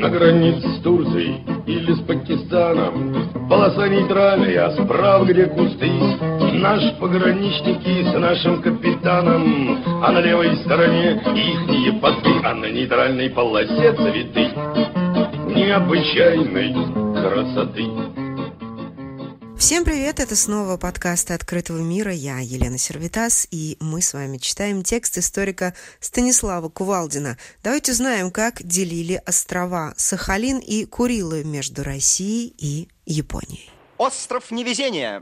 На границе с Турцией или с Пакистаном полоса нейтральная, справа где кусты. Наши пограничники с нашим капитаном, а на левой стороне ихние посты, а на нейтральной полосе цветы необычайной красоты. Всем привет, это снова подкаст «Открытого мира». Я Елена Сервитас, и мы с вами читаем текст историка Станислава Кувалдина. Давайте узнаем, как делили острова Сахалин и Курилы между Россией и Японией. Остров невезения.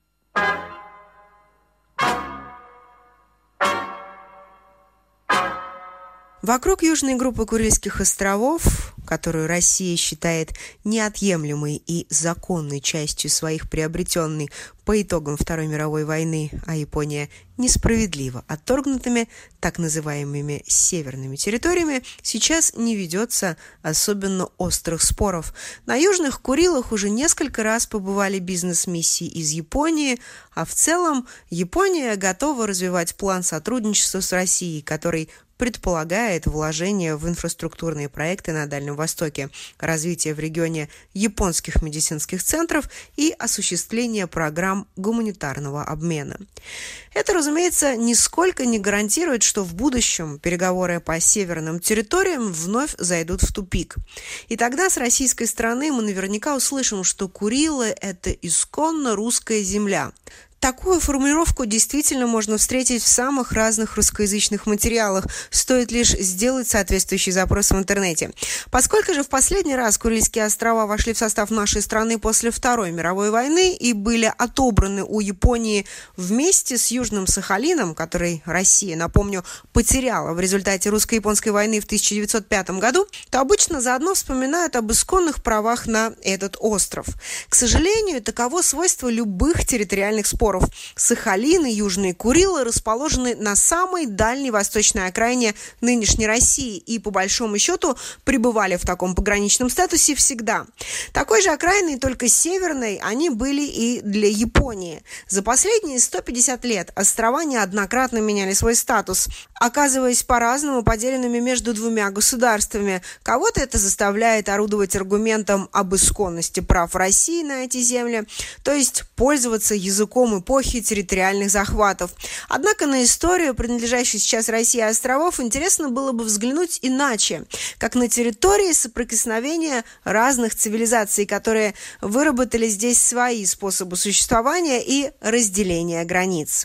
Вокруг южной группы Курильских островов, которую Россия считает неотъемлемой и законной частью своих приобретенной по итогам Второй мировой войны, а Япония несправедливо отторгнутыми так называемыми северными территориями, сейчас не ведется особенно острых споров. На Южных Курилах уже несколько раз побывали бизнес-миссии из Японии, а в целом Япония готова развивать план сотрудничества с Россией, который предполагает вложение в инфраструктурные проекты на Дальнем Востоке, развитие в регионе японских медицинских центров и осуществление программ гуманитарного обмена. Это, разумеется, нисколько не гарантирует, что в будущем переговоры по северным территориям вновь зайдут в тупик. И тогда с российской стороны мы наверняка услышим, что Курилы – это исконно русская земля. Такую формулировку действительно можно встретить в самых разных русскоязычных материалах, стоит лишь сделать соответствующий запрос в интернете. Поскольку же в последний раз Курильские острова вошли в состав нашей страны после Второй мировой войны и были отобраны у Японии вместе с Южным Сахалином, который Россия, напомню, потеряла в результате русско-японской войны в 1905 году, то обычно заодно вспоминают об исконных правах на этот остров. К сожалению, таково свойство любых территориальных споров. Сахалин и Южные Курилы расположены на самой дальней восточной окраине нынешней России и, по большому счету, пребывали в таком пограничном статусе всегда. Такой же окраиной, только северной, они были и для Японии. За последние 150 лет острова неоднократно меняли свой статус, оказываясь по-разному поделенными между двумя государствами. Кого-то это заставляет орудовать аргументом об исконности прав России на эти земли, то есть пользоваться языком эпохи территориальных захватов. Однако на историю, принадлежащую сейчас России островов, интересно было бы взглянуть иначе, как на территории соприкосновения разных цивилизаций, которые выработали здесь свои способы существования и разделения границ.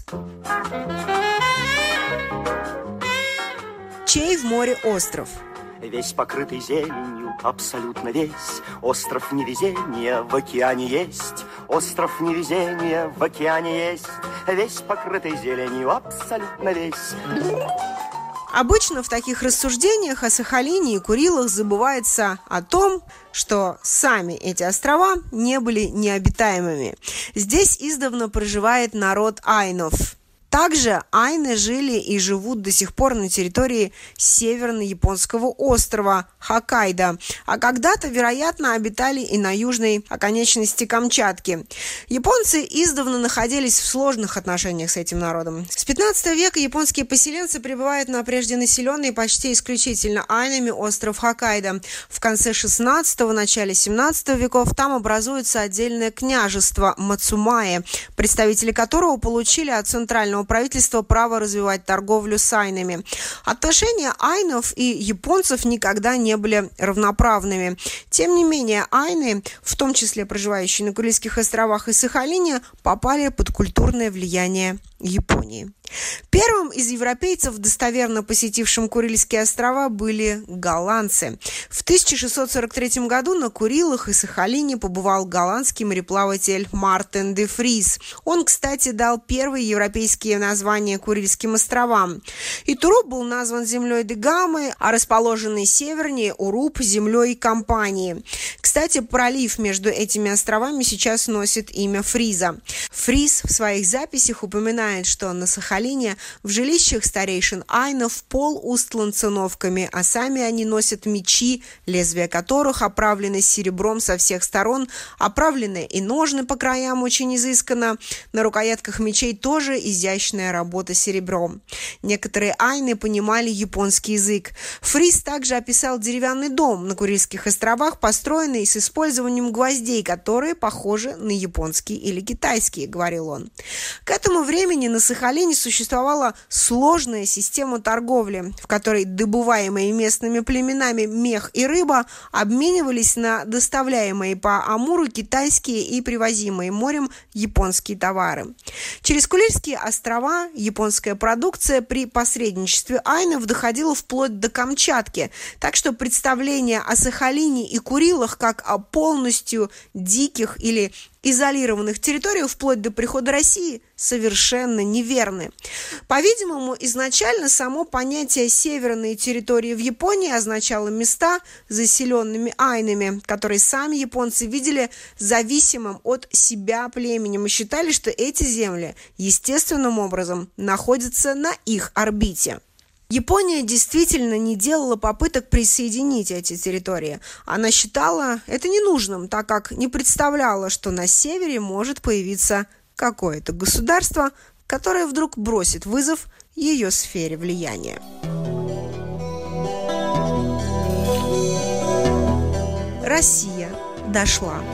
Чей в море остров? Весь покрытый зеленью, абсолютно весь. Остров невезения в океане есть. Остров невезения в океане есть. Весь покрытый зеленью, абсолютно весь. Обычно в таких рассуждениях о Сахалине и Курилах забывается о том, что сами эти острова не были необитаемыми. Здесь издавна проживает народ айнов. Также айны жили и живут до сих пор на территории северно-японского острова Хоккайдо, а когда-то, вероятно, обитали и на южной оконечности Камчатки. Японцы издавна находились в сложных отношениях с этим народом. С 15 века японские поселенцы прибывают на прежде населенный почти исключительно айнами остров Хоккайдо. В конце 16-го, начале 17 веков там образуется отдельное княжество Мацумае, представители которого получили от центрального правительства право развивать торговлю с айнами. Отношения айнов и японцев никогда не были равноправными. Тем не менее, айны, в том числе проживающие на Курильских островах и Сахалине, попали под культурное влияние Японии. Первым из европейцев, достоверно посетившим Курильские острова, были голландцы. В 1643 году на Курилах и Сахалине побывал голландский мореплаватель Мартен де Фриз. Он, кстати, дал первые европейские названия Курильским островам. Итуруп был назван землей Дегамы, а расположенный севернее Уруп – землей Кампании. Кстати, пролив между этими островами сейчас носит имя Фриза. Фриз в своих записях упоминает знает, что на Сахалине в жилищах старейшин айнов пол устлан циновками, а сами они носят мечи, лезвия которых оправлены серебром со всех сторон, оправлены и ножны по краям очень изысканно, на рукоятках мечей тоже изящная работа серебром. Некоторые айны понимали японский язык. Фрис также описал деревянный дом на Курильских островах, построенный с использованием гвоздей, которые похожи на японские или китайские, говорил он. К этому времени на Сахалине существовала сложная система торговли, в которой добываемые местными племенами мех и рыба обменивались на доставляемые по Амуру китайские и привозимые морем японские товары. Через Курильские острова японская продукция при посредничестве айнов доходила вплоть до Камчатки, так что представление о Сахалине и Курилах как о полностью диких или изолированных территориях вплоть до прихода России совершенно неверны. По-видимому, изначально само понятие «северные территории» в Японии означало места, заселенными айнами, которые сами японцы видели зависимым от себя племенем и считали, что эти земли естественным образом находятся на их орбите. Япония действительно не делала попыток присоединить эти территории. Она считала это ненужным, так как не представляла, что на севере может появиться какое-то государство, которое вдруг бросит вызов ее сфере влияния. Россия дошла.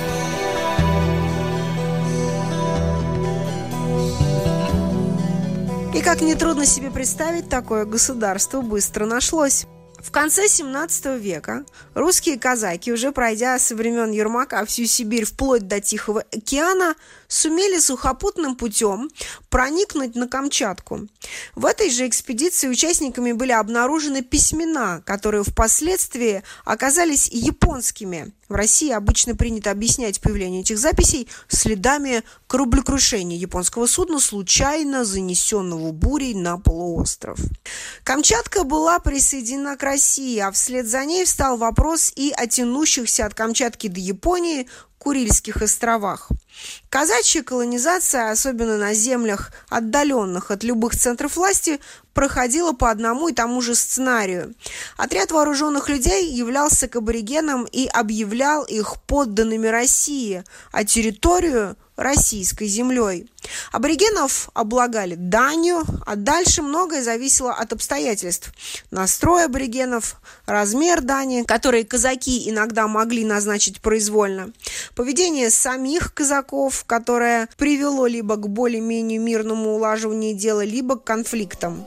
И как нетрудно себе представить, такое государство быстро нашлось. В конце 17 века русские казаки, уже пройдя со времен Ермака всю Сибирь вплоть до Тихого океана, сумели сухопутным путем проникнуть на Камчатку. В этой же экспедиции участниками были обнаружены письмена, которые впоследствии оказались японскими. В России обычно принято объяснять появление этих записей следами кораблекрушения японского судна, случайно занесенного бурей на полуостров. Камчатка была присоединена к России, а вслед за ней встал вопрос и о тянущихся от Камчатки до Японии Курильских островах. Казачья колонизация, особенно на землях, отдаленных от любых центров власти, проходила по одному и тому же сценарию. Отряд вооруженных людей являлся к аборигенам и объявлял их подданными России, а территорию – российской землей. Аборигенов облагали данью, а дальше многое зависело от обстоятельств. Настрой аборигенов, размер дани, которые казаки иногда могли назначить произвольно, поведение самих казаков, которое привело либо к более-менее мирному улаживанию дела, либо к конфликтам.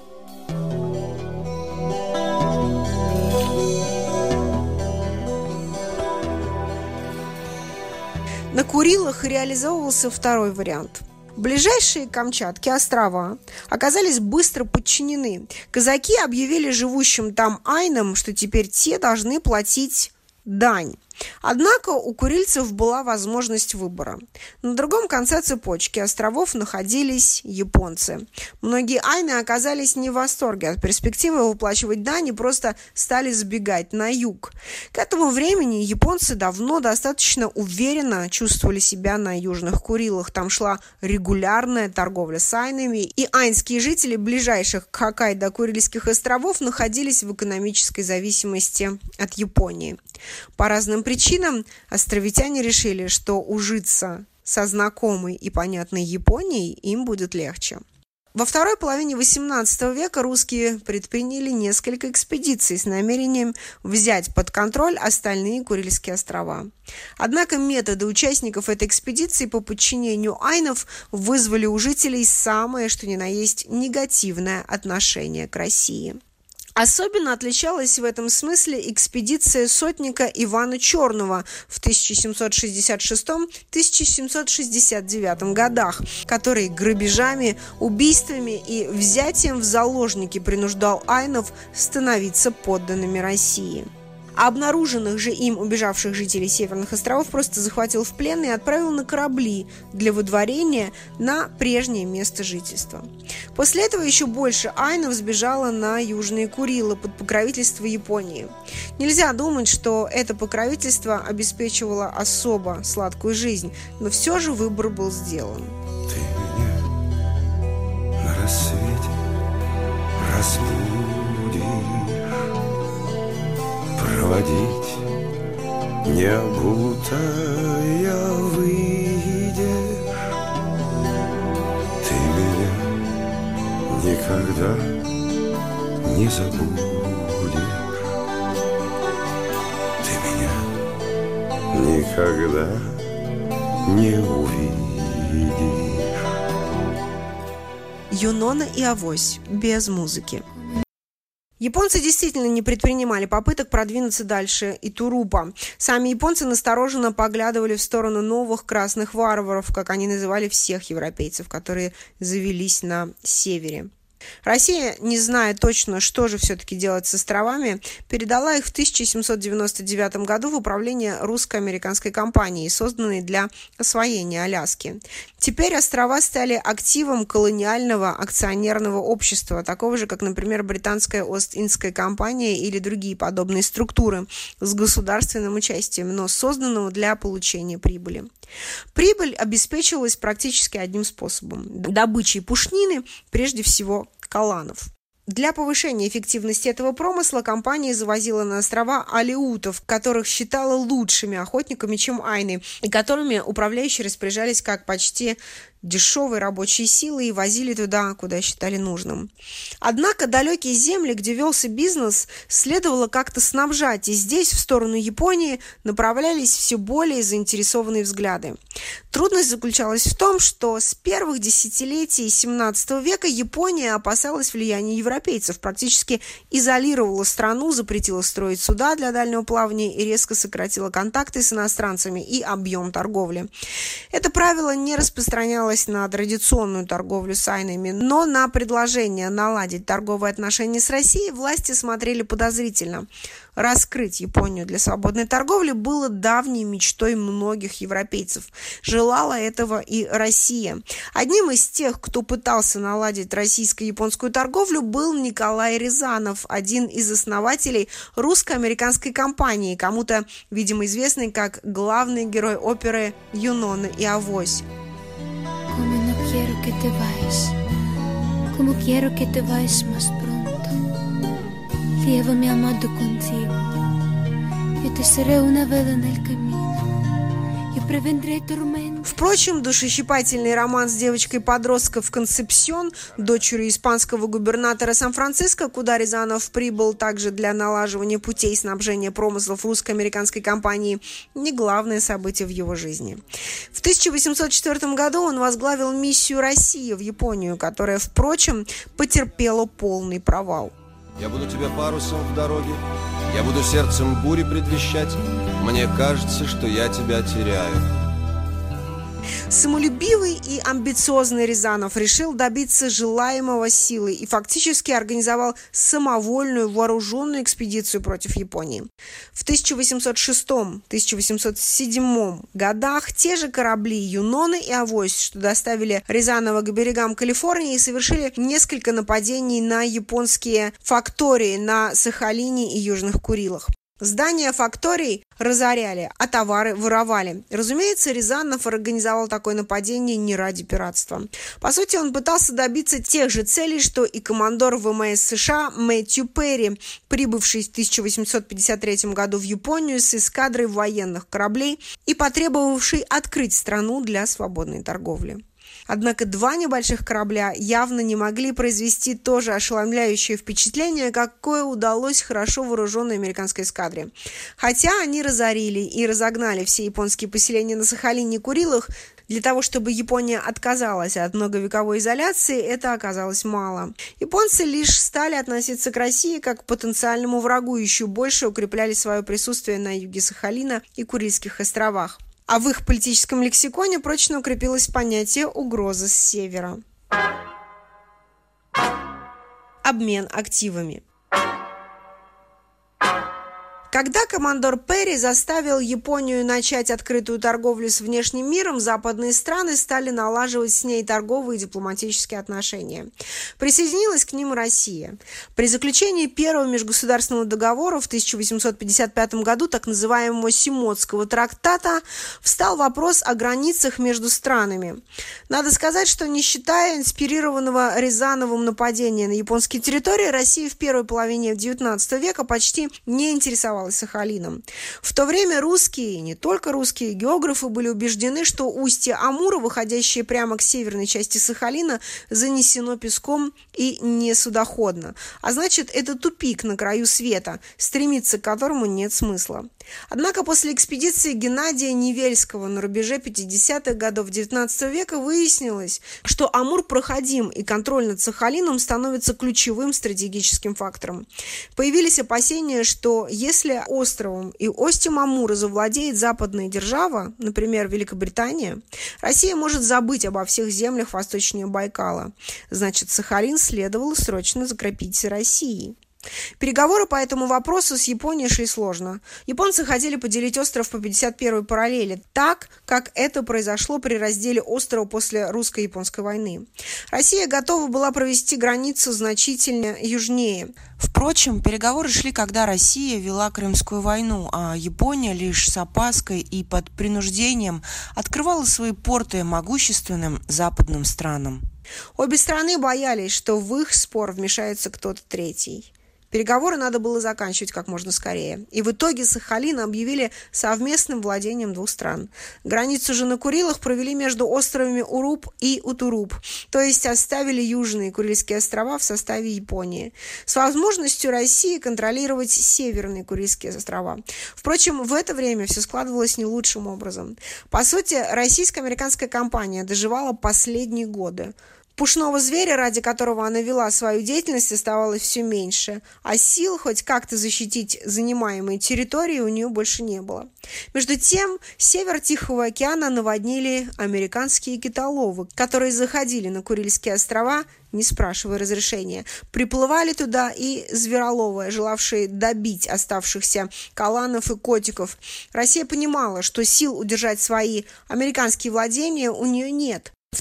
На Курилах реализовывался второй вариант. Ближайшие к Камчатке острова оказались быстро подчинены. Казаки объявили живущим там айнам, что теперь те должны платить дань. Однако у курильцев была возможность выбора. На другом конце цепочки островов находились японцы. Многие айны оказались не в восторге от перспективы выплачивать дань и просто стали сбегать на юг. К этому времени японцы давно достаточно уверенно чувствовали себя на Южных Курилах. Там шла регулярная торговля с айнами, и айнские жители ближайших к Хоккайдо Курильских островов находились в экономической зависимости от Японии. По разным причинам островитяне решили, что ужиться со знакомой и понятной Японией им будет легче. Во второй половине XVIII века русские предприняли несколько экспедиций с намерением взять под контроль остальные Курильские острова. Однако методы участников этой экспедиции по подчинению айнов вызвали у жителей самое что ни на есть негативное отношение к России. Особенно отличалась в этом смысле экспедиция сотника Ивана Черного в 1766-1769 годах, который грабежами, убийствами и взятием в заложники принуждал айнов становиться подданными России. А обнаруженных же им убежавших жителей Северных островов просто захватил в плен и отправил на корабли для выдворения на прежнее место жительства. После этого еще больше айнов сбежало на Южные Курилы под покровительство Японии. Нельзя думать, что это покровительство обеспечивало особо сладкую жизнь, но все же выбор был сделан. Ты меня проводить не обутая выйдешь, ты меня никогда не забудешь, ты меня никогда не увидишь. Юнона и Авось без музыки. Японцы действительно не предпринимали попыток продвинуться дальше Итурупа. Сами японцы настороженно поглядывали в сторону новых красных варваров, как они называли всех европейцев, которые завелись на севере. Россия, не зная точно, что же все-таки делать с островами, передала их в 1799 году в управление русско-американской компанией, созданной для освоения Аляски. Теперь острова стали активом колониального акционерного общества, такого же, как, например, британская Ост-Индская компания или другие подобные структуры с государственным участием, но созданного для получения прибыли. Прибыль обеспечивалась практически одним способом – добычей пушнины, прежде всего каланов. Для повышения эффективности этого промысла компания завозила на острова алеутов, которых считала лучшими охотниками, чем айны, и которыми управляющие распоряжались как почти дешевой рабочей силой и возили туда, куда считали нужным. Однако далекие земли, где велся бизнес, следовало как-то снабжать, и здесь, в сторону Японии, направлялись все более заинтересованные взгляды. Трудность заключалась в том, что с первых десятилетий XVII века Япония опасалась влияния европейцев, практически изолировала страну, запретила строить суда для дальнего плавания и резко сократила контакты с иностранцами и объем торговли. Это правило не распространялось на традиционную торговлю с айнами, но на предложение наладить торговые отношения с Россией власти смотрели подозрительно. Раскрыть Японию для свободной торговли было давней мечтой многих европейцев. Желала этого и Россия. Одним из тех, кто пытался наладить российско-японскую торговлю, был Николай Рязанов, один из основателей русско-американской компании, кому-то, видимо, известный как главный герой оперы «Юнона и Авось». Como quiero que te vayas más pronto. Llévame amado contigo. Yo te seré una vela en el camino. Впрочем, душещипательный роман с девочкой-подростком в Консепсьон, дочерью испанского губернатора Сан-Франциско, куда Рязанов прибыл также для налаживания путей снабжения промыслов русско-американской компании, не главное событие в его жизни. В 1804 году он возглавил миссию России в Японию, которая, впрочем, потерпела полный провал. Я буду тебе парусом в дороге, я буду сердцем бури предвещать. Мне кажется, что я тебя теряю. Самолюбивый и амбициозный Рязанов решил добиться желаемого силой и фактически организовал самовольную вооруженную экспедицию против Японии. В 1806-1807 годах те же корабли «Юнона» и «Авось», что доставили Рязанова к берегам Калифорнии, совершили несколько нападений на японские фактории на Сахалине и Южных Курилах. Здания факторий разоряли, а товары воровали. Разумеется, Рязанов организовал такое нападение не ради пиратства. По сути, он пытался добиться тех же целей, что и командор ВМС США Мэтью Перри, прибывший в 1853 году в Японию с эскадрой военных кораблей и потребовавший открыть страну для свободной торговли. Однако два небольших корабля явно не могли произвести то же ошеломляющее впечатление, какое удалось хорошо вооруженной американской эскадре. Хотя они разорили и разогнали все японские поселения на Сахалине и Курилах, для того, чтобы Япония отказалась от многовековой изоляции, это оказалось мало. Японцы лишь стали относиться к России как к потенциальному врагу, еще больше укрепляли свое присутствие на юге Сахалина и Курильских островах. А в их политическом лексиконе прочно укрепилось понятие «угроза с севера». Обмен активами. Когда командор Перри заставил Японию начать открытую торговлю с внешним миром, западные страны стали налаживать с ней торговые и дипломатические отношения. Присоединилась к ним и Россия. При заключении первого межгосударственного договора в 1855 году, так называемого Симотского трактата, встал вопрос о границах между странами. Надо сказать, что не считая инспирированного Рязановым нападения на японские территории, Россия в первой половине XIX века почти не интересовалась Сахалином. В то время русские, и не только русские, географы были убеждены, что устье Амура, выходящее прямо к северной части Сахалина, занесено песком и не судоходно. А значит, это тупик на краю света, стремиться к которому нет смысла. Однако после экспедиции Геннадия Невельского на рубеже 50-х годов XIX века выяснилось, что Амур проходим, и контроль над Сахалином становится ключевым стратегическим фактором. Появились опасения, что если островом и устьем Амура завладеет западная держава, например, Великобритания, Россия может забыть обо всех землях восточнее Байкала. Значит, Сахалин следовало срочно закрепить Россией. Переговоры по этому вопросу с Японией шли сложно. Японцы хотели поделить остров по 51-й параллели, так, как это произошло при разделе острова после русско-японской войны. Россия готова была провести границу значительно южнее. Впрочем, переговоры шли, когда Россия вела Крымскую войну, а Япония лишь с опаской и под принуждением открывала свои порты могущественным западным странам. Обе страны боялись, что в их спор вмешается кто-то третий. Переговоры надо было заканчивать как можно скорее. И в итоге Сахалин объявили совместным владением двух стран. Границу же на Курилах провели между островами Уруб и Утуруб, то есть оставили Южные Курильские острова в составе Японии, с возможностью России контролировать Северные Курильские острова. Впрочем, в это время все складывалось не лучшим образом. По сути, российско-американская компания доживала последние годы. Пушного зверя, ради которого она вела свою деятельность, оставалось все меньше, а сил хоть как-то защитить занимаемые территории у нее больше не было. Между тем, север Тихого океана наводнили американские китоловы, которые заходили на Курильские острова, не спрашивая разрешения. Приплывали туда и звероловы, желавшие добить оставшихся каланов и котиков. Россия понимала, что сил удержать свои американские владения у нее нет. В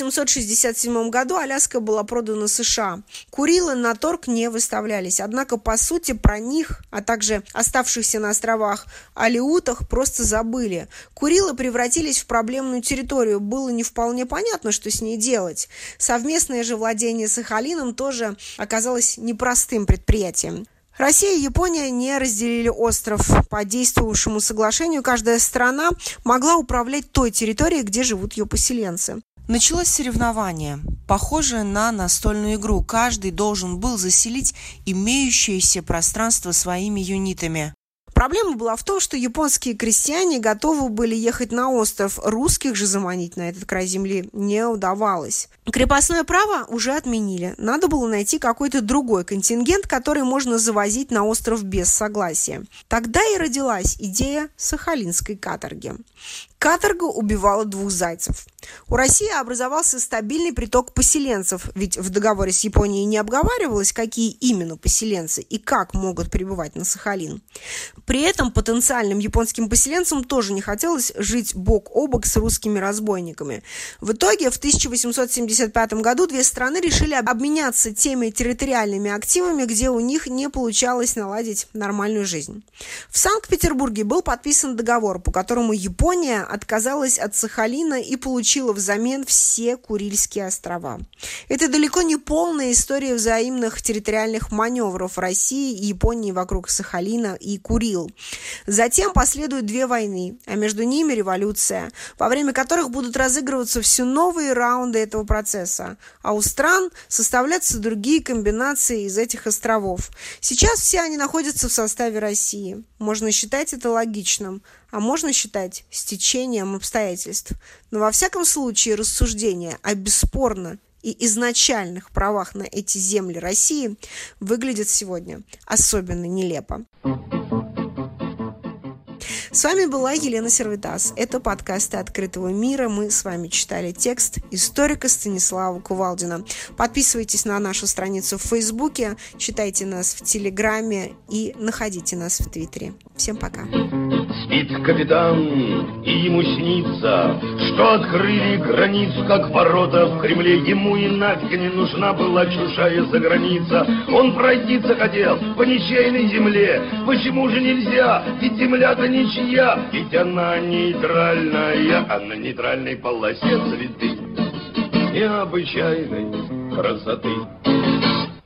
1867 году Аляска была продана США. Курилы на торг не выставлялись, однако, по сути, про них, а также оставшихся на островах Алеутах, просто забыли. Курилы превратились в проблемную территорию, было не вполне понятно, что с ней делать. Совместное же владение Сахалином тоже оказалось непростым предприятием. Россия и Япония не разделили остров. По действовавшему соглашению каждая страна могла управлять той территорией, где живут ее поселенцы. Началось соревнование, похожее на настольную игру. Каждый должен был заселить имеющееся пространство своими юнитами. Проблема была в том, что японские крестьяне готовы были ехать на остров, русских же заманить на этот край земли не удавалось. Крепостное право уже отменили. Надо было найти какой-то другой контингент, который можно завозить на остров без согласия. Тогда и родилась идея сахалинской каторги. Каторга убивала двух зайцев. У России образовался стабильный приток поселенцев, ведь в договоре с Японией не обговаривалось, какие именно поселенцы и как могут прибывать на Сахалин. При этом потенциальным японским поселенцам тоже не хотелось жить бок о бок с русскими разбойниками. В итоге в 1875 году две страны решили обменяться теми территориальными активами, где у них не получалось наладить нормальную жизнь. В Санкт-Петербурге был подписан договор, по которому Япония отказалась от Сахалина и получила взамен все Курильские острова. Это далеко не полная история взаимных территориальных маневров России и Японии вокруг Сахалина и Курил. Затем последуют две войны, а между ними революция, во время которых будут разыгрываться все новые раунды этого процесса, а у стран составляться другие комбинации из этих островов. Сейчас все они находятся в составе России. Можно считать это логичным, а можно считать стечением обстоятельств. Но во всяком случае рассуждение о бесспорно и изначальных правах на эти земли России выглядит сегодня особенно нелепо. С вами была Елена Сервитас. Это подкасты «Открытого мира». Мы с вами читали текст историка Станислава Кувалдина. Подписывайтесь на нашу страницу в Фейсбуке, читайте нас в Телеграме и находите нас в Твиттере. Всем пока. Спит капитан, и ему снится, что открыли границу, как ворота в Кремле. Ему и нафиг не нужна была чужая заграница. Он пройтиться хотел по ничейной земле. Почему же нельзя? Ведь земля-то ничья. Ведь она нейтральная, а на нейтральной полосе цветы необычайной красоты.